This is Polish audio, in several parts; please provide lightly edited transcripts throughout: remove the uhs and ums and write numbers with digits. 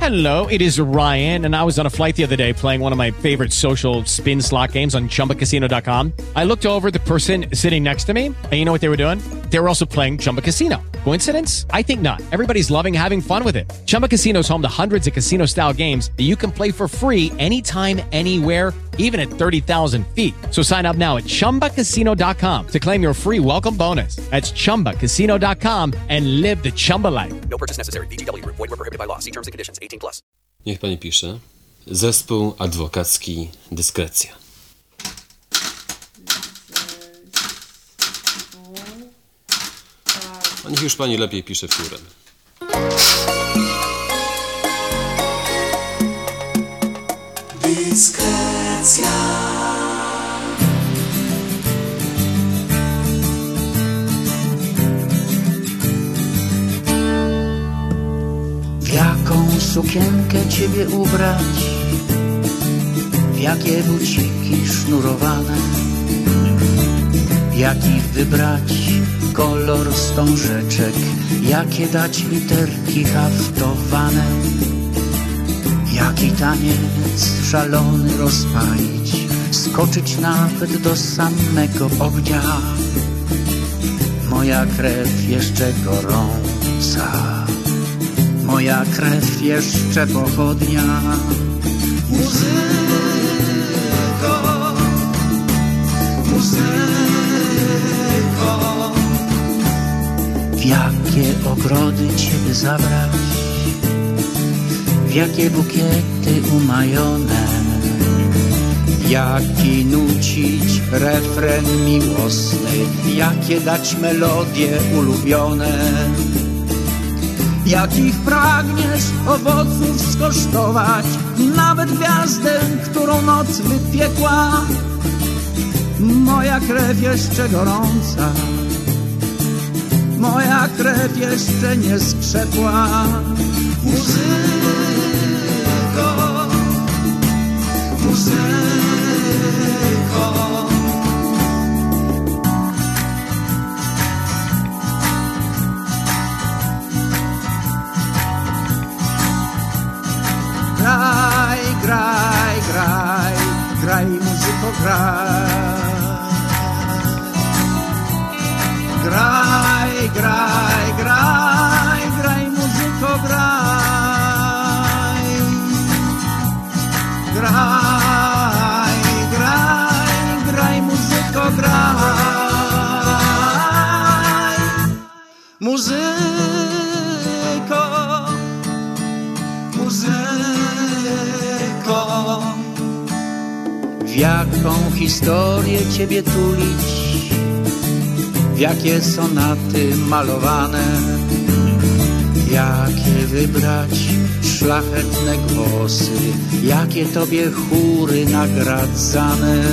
Hello, it is Ryan, and I was on a flight the other day playing one of my favorite social spin slot games on ChumbaCasino.com. I looked over the person sitting next to me, and you know what they were doing? They were also playing Chumba Casino. Coincidence? I think not. Everybody's loving having fun with it. Chumba Casino is home to hundreds of casino-style games that you can play for free anytime, anywhere, even at 30,000 feet. So sign up now at ChumbaCasino.com to claim your free welcome bonus. That's ChumbaCasino.com and live the Chumba life. No purchase necessary. VGW. Void where prohibited by law. See terms and conditions. 18+. Niech pani pisze. Zespół adwokacki Dyskrecja. A niech już pani lepiej pisze wtórem. Dyskrecja. W jaką sukienkę ciebie ubrać? W jakie buciki sznurowane? Jaki wybrać kolor wstążeczek? Jakie dać literki haftowane? Jaki taniec szalony rozpalić? Skoczyć nawet do samego ognia? Moja krew jeszcze gorąca, moja krew jeszcze pochodnia. Muzyko, muzyko. W jakie ogrody ciebie zabrać? W jakie bukiety umajone? Jaki nucić refren miłosny? Jakie dać melodie ulubione? Jakich pragniesz owoców skosztować? Nawet gwiazdę, którą noc wypiekła. Moja krew jeszcze gorąca, moja krew jeszcze nie skrzepła. Muzyko, muzyko. Graj, graj, graj, graj, muzyko, graj. Graj, graj, graj, graj, muzyko, graj. Graj, graj, graj, muzyko, graj. Muzyko, muzyko. W jaką historię ciebie tulić? W jakie sonaty malowane? Jakie wybrać szlachetne głosy? Jakie tobie chóry nagradzane?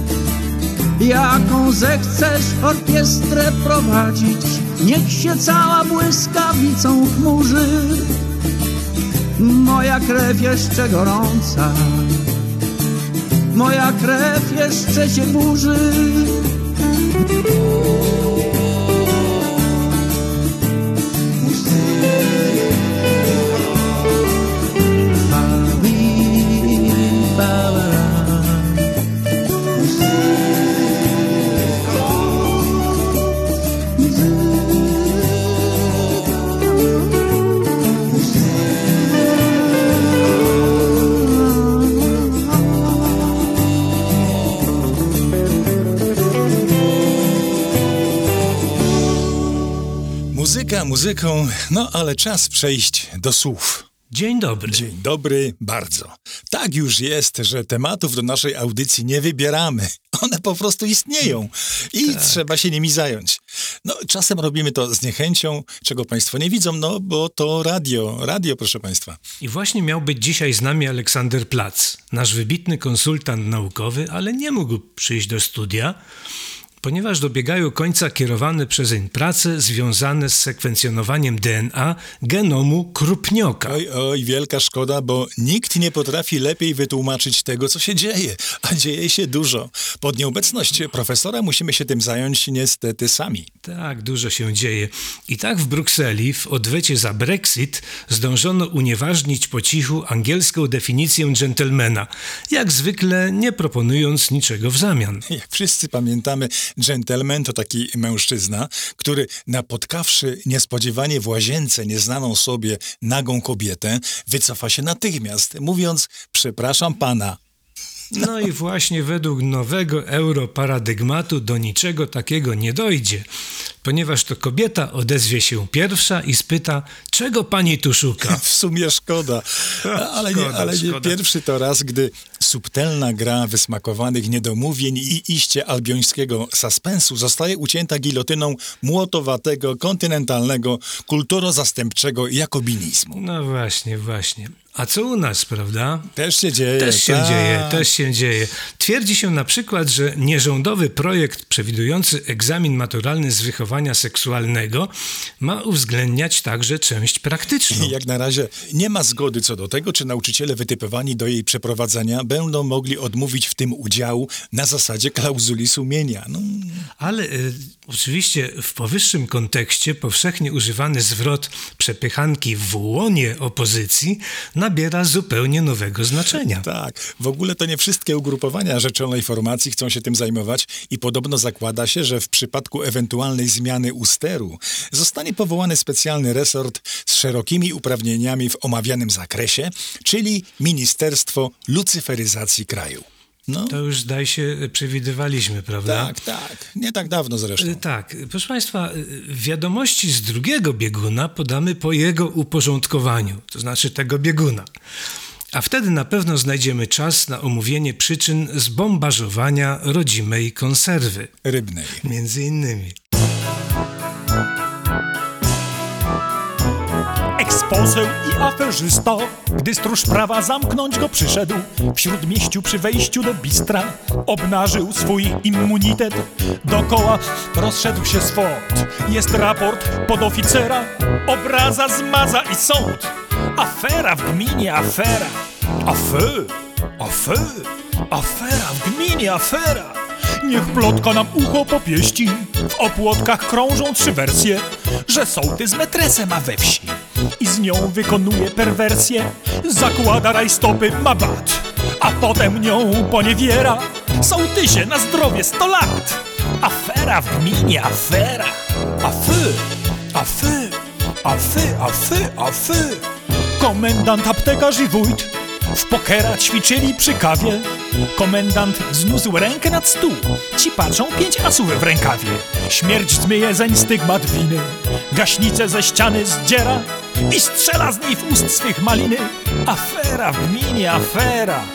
Jaką zechcesz orkiestrę prowadzić? Niech się cała błyskawicą chmurzy. Moja krew jeszcze gorąca, moja krew jeszcze się burzy. Muzyka muzyką, no ale czas przejść do słów. Dzień dobry. Dzień dobry, bardzo. Tak już jest, że tematów do naszej audycji nie wybieramy. One po prostu istnieją i trzeba się nimi zająć. No, czasem robimy to z niechęcią, czego państwo nie widzą, no bo to radio, proszę państwa. I właśnie miał być dzisiaj z nami Aleksander Plac, nasz wybitny konsultant naukowy, ale nie mógł przyjść do studia, ponieważ dobiegają końca kierowane przezeń prace związane z sekwencjonowaniem DNA genomu krupnioka. Oj, wielka szkoda, bo nikt nie potrafi lepiej wytłumaczyć tego, co się dzieje, a dzieje się dużo. Pod nieobecność profesora musimy się tym zająć niestety sami. Tak, dużo się dzieje. I tak w Brukseli w odwecie za Brexit zdążono unieważnić po cichu angielską definicję dżentelmena, jak zwykle nie proponując niczego w zamian. Jak wszyscy pamiętamy, dżentelmen to taki mężczyzna, który napotkawszy niespodziewanie w łazience nieznaną sobie nagą kobietę, wycofa się natychmiast, mówiąc: przepraszam pana. No i właśnie według nowego europaradygmatu do niczego takiego nie dojdzie, ponieważ to kobieta odezwie się pierwsza i spyta, czego pani tu szuka? W sumie szkoda, ale nie pierwszy to raz, gdy subtelna gra wysmakowanych niedomówień i iście albiońskiego suspensu zostaje ucięta gilotyną młotowatego, kontynentalnego, kulturozastępczego jakobinizmu. No właśnie. A co u nas, prawda? Też się dzieje. Też się dzieje. Twierdzi się na przykład, że nierządowy projekt przewidujący egzamin maturalny z wychowania seksualnego ma uwzględniać także część praktyczną. Jak na razie nie ma zgody co do tego, czy nauczyciele wytypowani do jej przeprowadzenia będą mogli odmówić w tym udziału na zasadzie klauzuli sumienia. Ale oczywiście w powyższym kontekście powszechnie używany zwrot przepychanki w łonie opozycji nabiera zupełnie nowego znaczenia. Tak, w ogóle to nie wszystkie ugrupowania rzeczonej formacji chcą się tym zajmować i podobno zakłada się, że w przypadku ewentualnej zmiany usteru zostanie powołany specjalny resort z szerokimi uprawnieniami w omawianym zakresie, czyli Ministerstwo Lucyferyzacji Kraju. To już zdaje się przewidywaliśmy, prawda? Tak. Nie tak dawno zresztą. Tak. Proszę Państwa, wiadomości z drugiego bieguna podamy po jego uporządkowaniu, to znaczy tego bieguna. A wtedy na pewno znajdziemy czas na omówienie przyczyn zbombardowania rodzimej konserwy. Rybnej. Między innymi. Eksposeł i aferzysta, gdy stróż prawa zamknąć go przyszedł, w śródmieściu przy wejściu do bistra obnażył swój immunitet. Dokoła rozszedł się swąd, jest raport podoficera, obraza, zmaza i sąd. Afera w gminie, afera, afera w gminie, afera. Niech plotka nam ucho popieści, w opłotkach krążą 3 wersje, że sołtys metresę ma we wsi i z nią wykonuje perwersję. Zakłada rajstopy, ma bat, a potem nią poniewiera. Sołtysie, na zdrowie 100 lat. Afera w gminie, afera. Afy. Komendant, aptekarz i wójt w pokera ćwiczyli przy kawie. Komendant wzniósł rękę nad stół, ci patrzą 5 asów w rękawie. Śmierć zmyje zeń stygmat winy, gaśnicę ze ściany zdziera i strzela z niej w ust swych maliny. Afera w gminie, afera.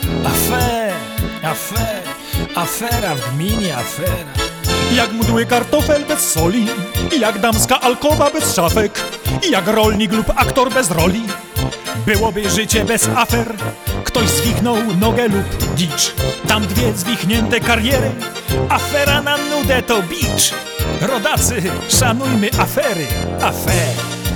Afera w gminie, afera. Jak mdły kartofel bez soli, jak damska alkowa bez szafek, jak rolnik lub aktor bez roli. Byłoby życie bez afer. Ktoś zwichnął nogę lub gicz, tam 2 zwichnięte kariery. Afera na nudę to bicz. Rodacy, szanujmy afery. Afe.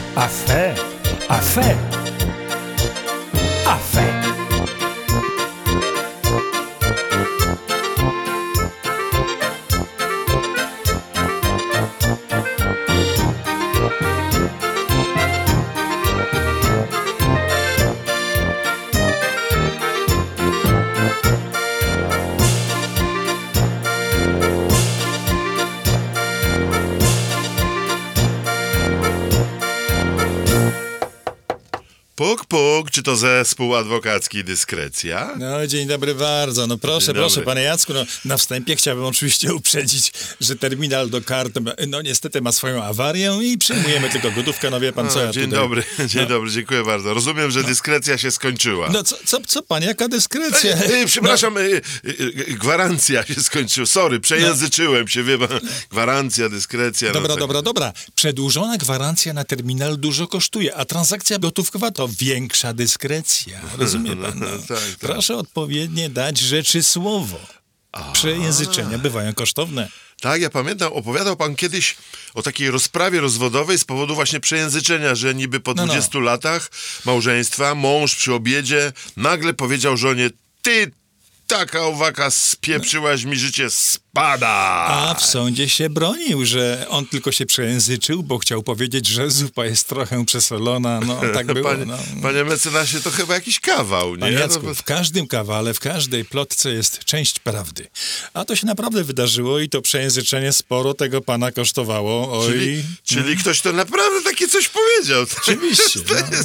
Puk, czy to zespół adwokacki Dyskrecja? Dzień dobry bardzo. Proszę, panie Jacku, na wstępie chciałbym oczywiście uprzedzić, że terminal do kart, niestety ma swoją awarię i przyjmujemy tylko gotówkę, wie pan co ja Dzień tutaj... dobry, dziękuję bardzo. Rozumiem, że dyskrecja się skończyła. Co pan, jaka dyskrecja? Przepraszam, gwarancja się skończyła. Sorry, przejęzyczyłem się, wie pan. Gwarancja, dyskrecja. Dobra. Przedłużona gwarancja na terminal dużo kosztuje, a transakcja gotówkowa to większa dyskrecja. Rozumie pan? Tak. Proszę odpowiednie dać rzeczy słowo. Przejęzyczenia bywają kosztowne. Tak, ja pamiętam, opowiadał pan kiedyś o takiej rozprawie rozwodowej z powodu właśnie przejęzyczenia, że niby po 20 latach małżeństwa mąż przy obiedzie nagle powiedział żonie: ty, taka owaka, spieprzyłaś mi życie, spada! A w sądzie się bronił, że on tylko się przejęzyczył, bo chciał powiedzieć, że zupa jest trochę przesolona. No, tak było. Panie mecenasie, to chyba jakiś kawał, nie? Panie Jacku, w każdym kawale, w każdej plotce jest część prawdy. A to się naprawdę wydarzyło i to przejęzyczenie sporo tego pana kosztowało. Oj. Czyli ktoś to naprawdę takie coś powiedział. Oczywiście.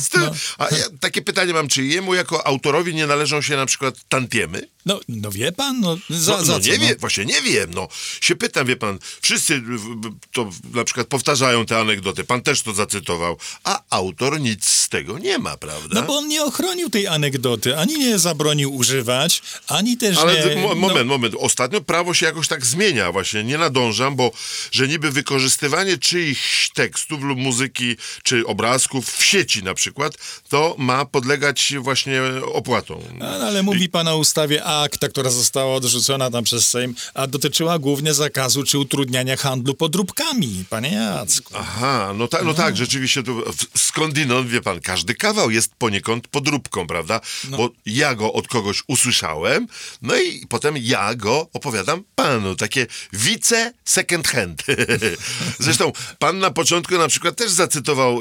A ja takie pytanie mam, czy jemu jako autorowi nie należą się na przykład tantiemy? No wie pan, za co? Właśnie nie wiem, się pytam, wie pan, wszyscy to na przykład powtarzają te anegdoty, pan też to zacytował, a autor nic z tego nie ma, prawda? No bo on nie ochronił tej anegdoty, ani nie zabronił używać, ani też ale nie... Moment, ostatnio prawo się jakoś tak zmienia, właśnie nie nadążam, bo że niby wykorzystywanie czyichś tekstów lub muzyki, czy obrazków w sieci na przykład, to ma podlegać właśnie opłatom. Ale mówi pan o ustawie akta, która została odrzucona tam przez Sejm, a dotyczyła głównie zakazu czy utrudniania handlu podróbkami, panie Jacku. Aha, tak, rzeczywiście tu skądinąd, wie pan, każdy kawał jest poniekąd podróbką, prawda? Bo ja go od kogoś usłyszałem, no i potem ja go opowiadam panu, takie wice second hand. Zresztą pan na początku na przykład też zacytował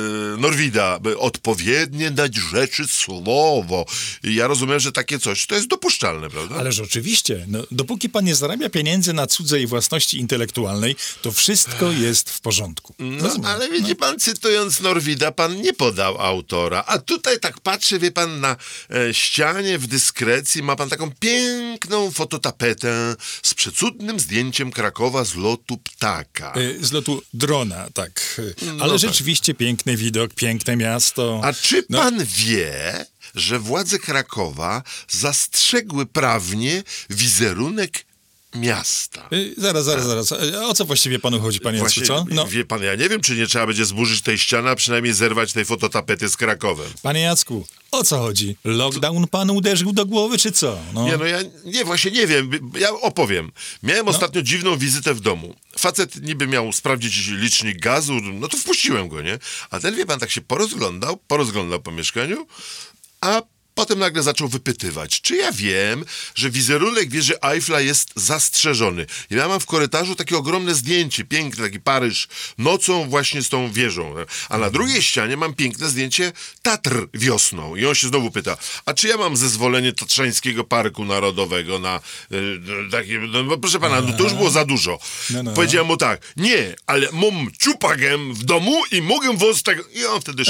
Norwida, odpowiednie dać rzeczy słowo. I ja rozumiem, że takie coś to jest dopuszczalne, prawda? Ależ oczywiście, dopóki pan nie zarabia pieniędzy na cudzej własności intelektualnej, to wszystko jest w porządku. Ale widzi pan, cytując Norwida, pan nie podał autora, a tutaj tak patrzę, wie pan, na ścianie w dyskrecji ma pan taką piękną fototapetę z przecudnym zdjęciem Krakowa z lotu ptaka. Z lotu drona, tak. Ale rzeczywiście piękny widok, piękne miasto. A czy pan wie, że władze Krakowa zastrzegły prawnie wizerunek miasta? Zaraz. O co właściwie panu chodzi, panie Jacku, co? Wie pan, ja nie wiem, czy nie trzeba będzie zburzyć tej ściany, a przynajmniej zerwać tej fototapety z Krakowem. Panie Jacku, o co chodzi? Lockdown panu uderzył do głowy, czy co? Właśnie nie wiem. Ja opowiem. Miałem ostatnio dziwną wizytę w domu. Facet niby miał sprawdzić licznik gazu, no to wpuściłem go, nie? A ten, wie pan, tak się porozglądał po mieszkaniu, a potem nagle zaczął wypytywać, czy ja wiem, że wizerunek wieży Eiffla jest zastrzeżony. Ja mam w korytarzu takie ogromne zdjęcie, piękne, taki Paryż, nocą właśnie z tą wieżą. A na drugiej ścianie mam piękne zdjęcie Tatr wiosną. I on się znowu pyta, a czy ja mam zezwolenie Tatrzańskiego Parku Narodowego na takie... proszę pana, to już było za dużo. Powiedziałem mu tak, nie, ale mam ciupagiem w domu i mogę woz tego... I on wtedy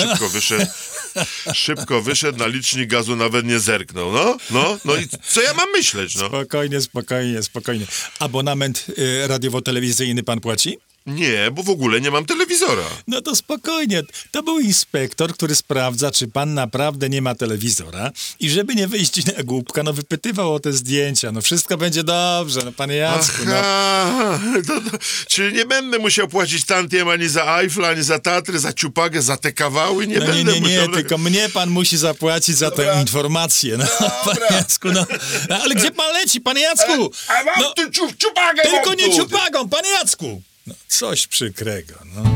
szybko wyszedł na licznik gazu, nawet nie zerknął. No i co ja mam myśleć, Spokojnie. Abonament radiowo-telewizyjny pan płaci? Nie, bo w ogóle nie mam telewizora. No to spokojnie. To był inspektor, który sprawdza, czy pan naprawdę nie ma telewizora i żeby nie wyjść na głupka, wypytywał o te zdjęcia. Wszystko będzie dobrze, panie Jacku. Czyli nie będę musiał płacić tantiem ani za Eiffel, ani za Tatry, za ciupagę, za te kawały? Nie, tylko mnie pan musi zapłacić za tę informację. Panie Jacku, ale gdzie pan leci, panie Jacku? A mam tu ciupagę! Tylko nie ciupagą, panie Jacku! Coś przykrego,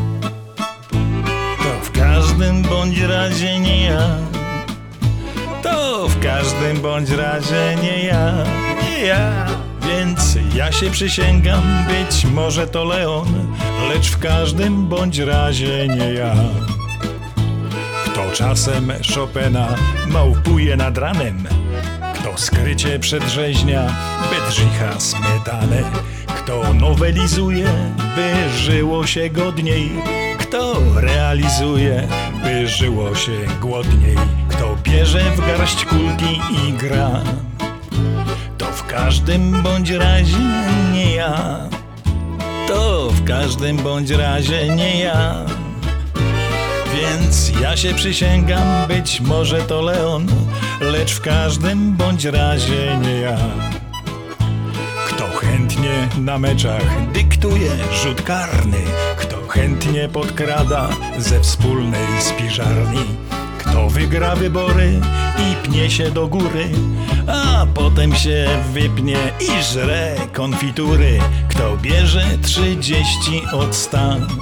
To w każdym bądź razie nie ja. To w każdym bądź razie nie ja. Więc ja się przysięgam, być może to Leon, lecz w każdym bądź razie nie ja. Kto czasem Chopina małpuje nad ranem, kto skrycie przedrzeźnia Bedrzycha Smetanę, kto nowelizuje, by żyło się godniej, kto realizuje, by żyło się głodniej, kto bierze w garść kulki i gra, to w każdym bądź razie nie ja. To w każdym bądź razie nie ja. Więc ja się przysięgam, być może to Leon, lecz w każdym bądź razie nie ja. Kto chętnie na meczach dyktuje rzut karny, kto chętnie podkrada ze wspólnej spiżarni, kto kto wygra wybory i pnie się do góry, a potem się wypnie i żre konfitury. Kto bierze 30 od 100,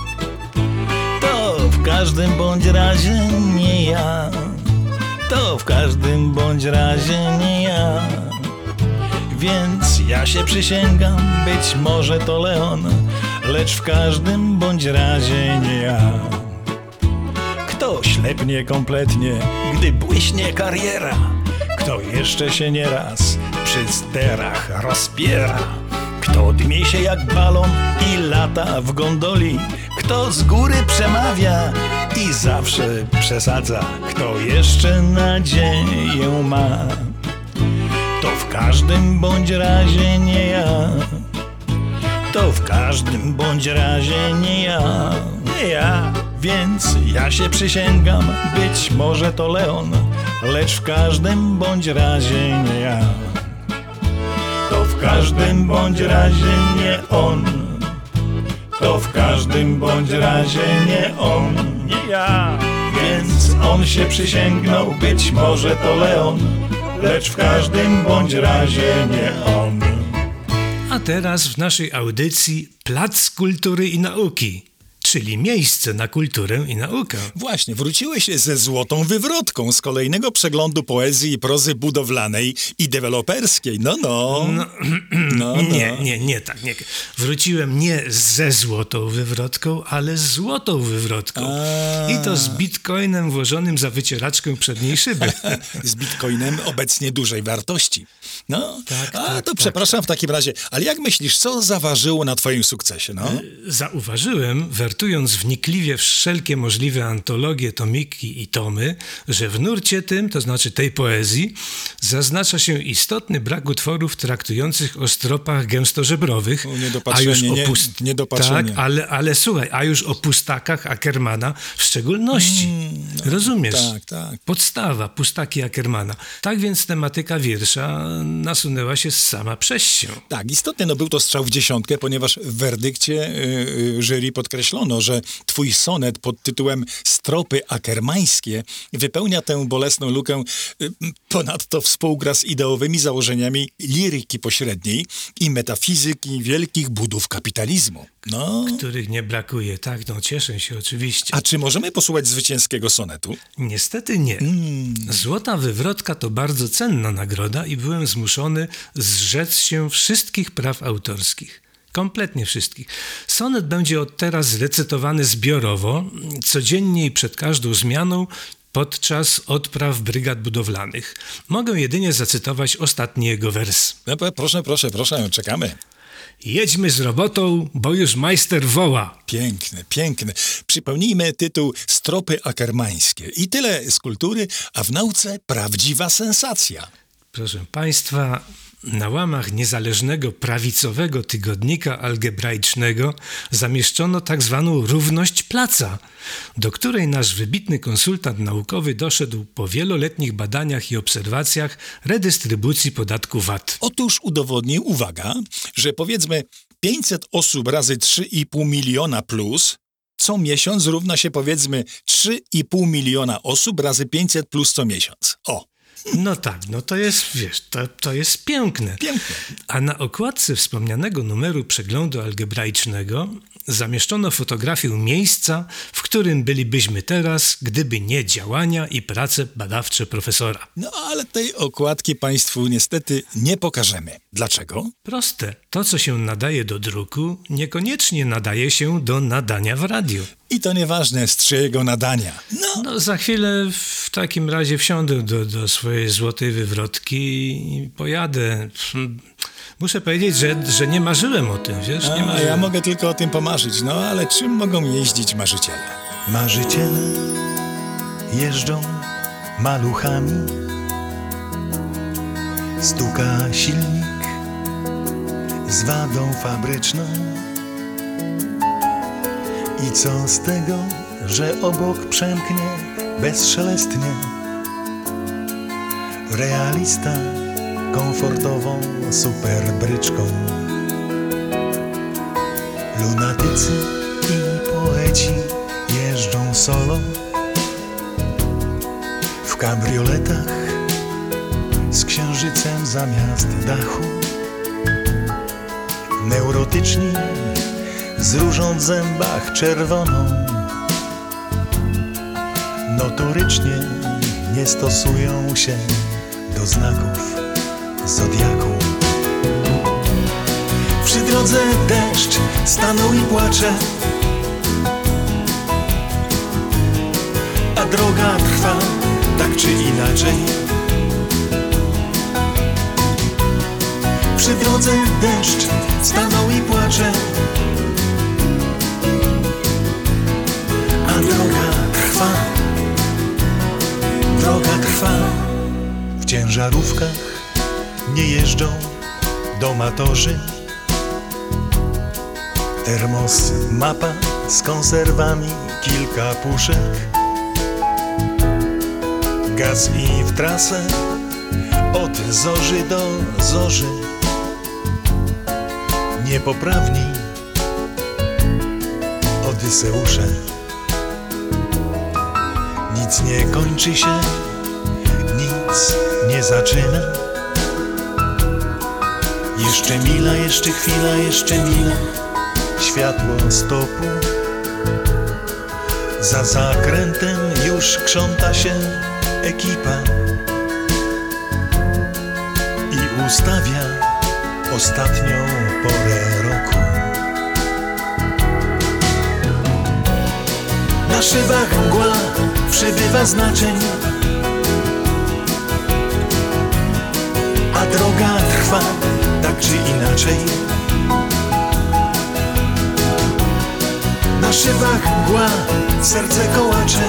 to w każdym bądź razie nie ja. To w każdym bądź razie nie ja. Więc ja się przysięgam, być może to Leon, lecz w każdym bądź razie nie ja. Kto ślepnie kompletnie, gdy błyśnie kariera, kto jeszcze się nieraz przy sterach rozpiera, kto dmie się jak balon i lata w gondoli, kto z góry przemawia i zawsze przesadza, kto jeszcze nadzieję ma, to w każdym bądź razie nie ja. To w każdym bądź razie nie ja. Nie ja. Więc ja się przysięgam, być może to Leon, lecz w każdym bądź razie nie ja. To w każdym bądź razie nie on. To w każdym bądź razie nie on. Nie ja. Więc on się przysięgnął, być może to Leon, lecz w każdym bądź razie nie on. A teraz w naszej audycji Plac Kultury i Nauki, czyli miejsce na kulturę i naukę. Właśnie, wróciłeś ze złotą wywrotką z kolejnego przeglądu poezji i prozy budowlanej i deweloperskiej. Nie tak. Nie. Wróciłem nie ze złotą wywrotką, ale z złotą wywrotką. I to z bitcoinem włożonym za wycieraczkę przedniej szyby. Z bitcoinem obecnie dużej wartości. Tak, przepraszam w takim razie, ale jak myślisz, co zaważyło na twoim sukcesie? Zauważyłem, wertując wnikliwie wszelkie możliwe antologie, tomiki i tomy, że w nurcie tym, to znaczy tej poezji, zaznacza się istotny brak utworów traktujących o stropach gęstożebrowych, niedopatrzenie. Tak, ale słuchaj, a już o pustakach Ackermana w szczególności. Rozumiesz? Tak. Podstawa, pustaki Ackermana. Tak więc tematyka wiersza nasunęła się sama przez się. Tak, istotnie, był to strzał w dziesiątkę, ponieważ w werdykcie jury podkreślono, że twój sonet pod tytułem Stropy Ackermańskie wypełnia tę bolesną lukę. Ponadto współgra z ideowymi założeniami liryki pośredniej i metafizyki wielkich budów kapitalizmu. Których nie brakuje, tak, cieszę się oczywiście. A czy możemy posłuchać zwycięskiego sonetu? Niestety nie. Złota wywrotka to bardzo cenna nagroda i byłem zmuszony zrzec się wszystkich praw autorskich. Kompletnie wszystkich. Sonet będzie od teraz recytowany zbiorowo, codziennie i przed każdą zmianą, podczas odpraw brygad budowlanych. Mogę jedynie zacytować ostatni jego wers. Proszę, czekamy. Jedźmy z robotą, bo już majster woła. Piękny. Przypomnijmy tytuł Stropy Ackermańskie. I tyle z kultury, a w nauce prawdziwa sensacja. Proszę Państwa, na łamach niezależnego prawicowego tygodnika algebraicznego zamieszczono tak zwaną równość Placa, do której nasz wybitny konsultant naukowy doszedł po wieloletnich badaniach i obserwacjach redystrybucji podatku VAT. Otóż udowodnił, uwaga, że powiedzmy 500 osób razy 3,5 miliona plus co miesiąc równa się powiedzmy 3,5 miliona osób razy 500 plus co miesiąc. To jest, to jest piękne. A na okładce wspomnianego numeru przeglądu algebraicznego zamieszczono fotografię miejsca, w którym bylibyśmy teraz, gdyby nie działania i prace badawcze profesora. Ale tej okładki Państwu niestety nie pokażemy. Dlaczego? Proste. To, co się nadaje do druku, niekoniecznie nadaje się do nadania w radiu. I to nieważne z czyjego nadania. Za chwilę w takim razie wsiądę do swojej złotej wywrotki i pojadę. Muszę powiedzieć, że nie marzyłem o tym, wiesz? Nie marzyłem. Ja mogę tylko o tym pomarzyć, ale czym mogą jeździć marzyciele? Marzyciele jeżdżą maluchami, stuka silnik z wadą fabryczną. I co z tego, że obok przemknie bezszelestnie realista komfortową superbryczką. Lunatycy i poeci jeżdżą solo, kabrioletach z księżycem zamiast dachu. Neurotyczni z różą w zębach czerwoną. Notorycznie nie stosują się do znaków zodiaku. Przy drodze deszcz stanął i płacze, a droga trwa tak czy inaczej. Przy drodze deszcz stanął i płacze, a droga trwa, droga trwa. W ciężarówkach nie jeżdżą domatorzy. Termos, mapa z konserwami, kilka puszek. Gaz i w trasę od zorzy do zorzy. Niepoprawni Odyseusze. Nic nie kończy się, nic nie zaczyna. Jeszcze mila, jeszcze chwila, jeszcze mila. Światło stopu. Za zakrętem już krząta się ekipa i ustawia ostatnią porę roku. Na szybach mgła przybywa znaczeń, a droga trwa tak czy inaczej. Na szybach mgła serce kołacze,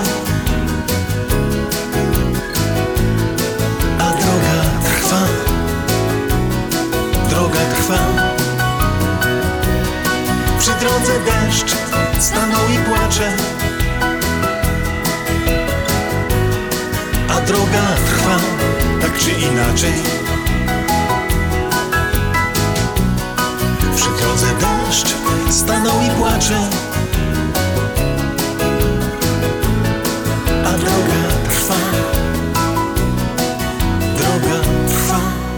a droga trwa, droga trwa. Przy drodze deszcz stanął i płacze, a droga trwa tak czy inaczej. Przy drodze deszcz stanął i płacze, a droga trwa, droga trwa.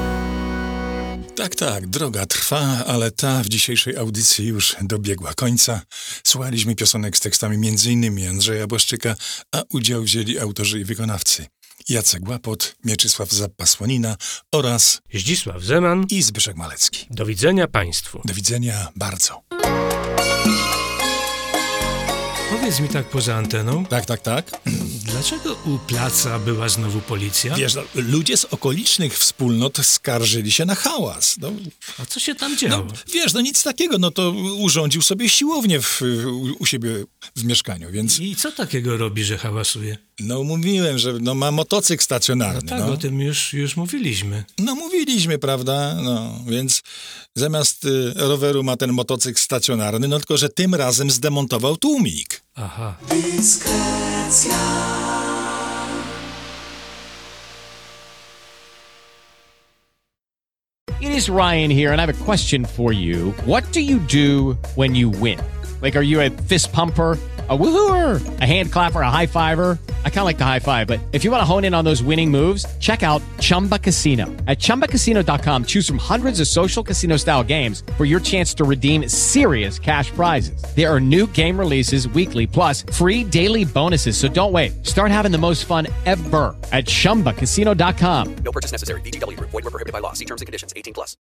Tak, droga trwa, ale ta w dzisiejszej audycji już dobiegła końca. Słuchaliśmy piosenek z tekstami m.in. Andrzeja Błaszczyka, a udział wzięli autorzy i wykonawcy Jacek Łapot, Mieczysław Zappa-Słonina oraz Zdzisław Zeman i Zbyszek Malecki. Do widzenia Państwu. Do widzenia bardzo. Powiedz mi tak poza anteną. Tak. Dlaczego u placa była znowu policja? Wiesz, ludzie z okolicznych wspólnot skarżyli się na hałas. A co się tam działo? Nic takiego. To urządził sobie siłownię u siebie w mieszkaniu, więc... I co takiego robi, że hałasuje? Mówiłem, że ma motocykl stacjonarny. No tak, o tym już mówiliśmy. Mówiliśmy, prawda? Więc zamiast roweru ma ten motocykl stacjonarny, tylko że tym razem zdemontował tłumik. Aha. It is Ryan here, and I have a question for you. What do you do when you win? Like, are you a fist pumper, a woohooer, a hand clapper, a high fiver? I kind of like the high five, but if you want to hone in on those winning moves, check out Chumba Casino. At ChumbaCasino.com, choose from hundreds of social casino-style games for your chance to redeem serious cash prizes. There are new game releases weekly, plus free daily bonuses, so don't wait. Start having the most fun ever at ChumbaCasino.com. No purchase necessary. VGW Group. Void where prohibited by law. See terms and conditions. 18+.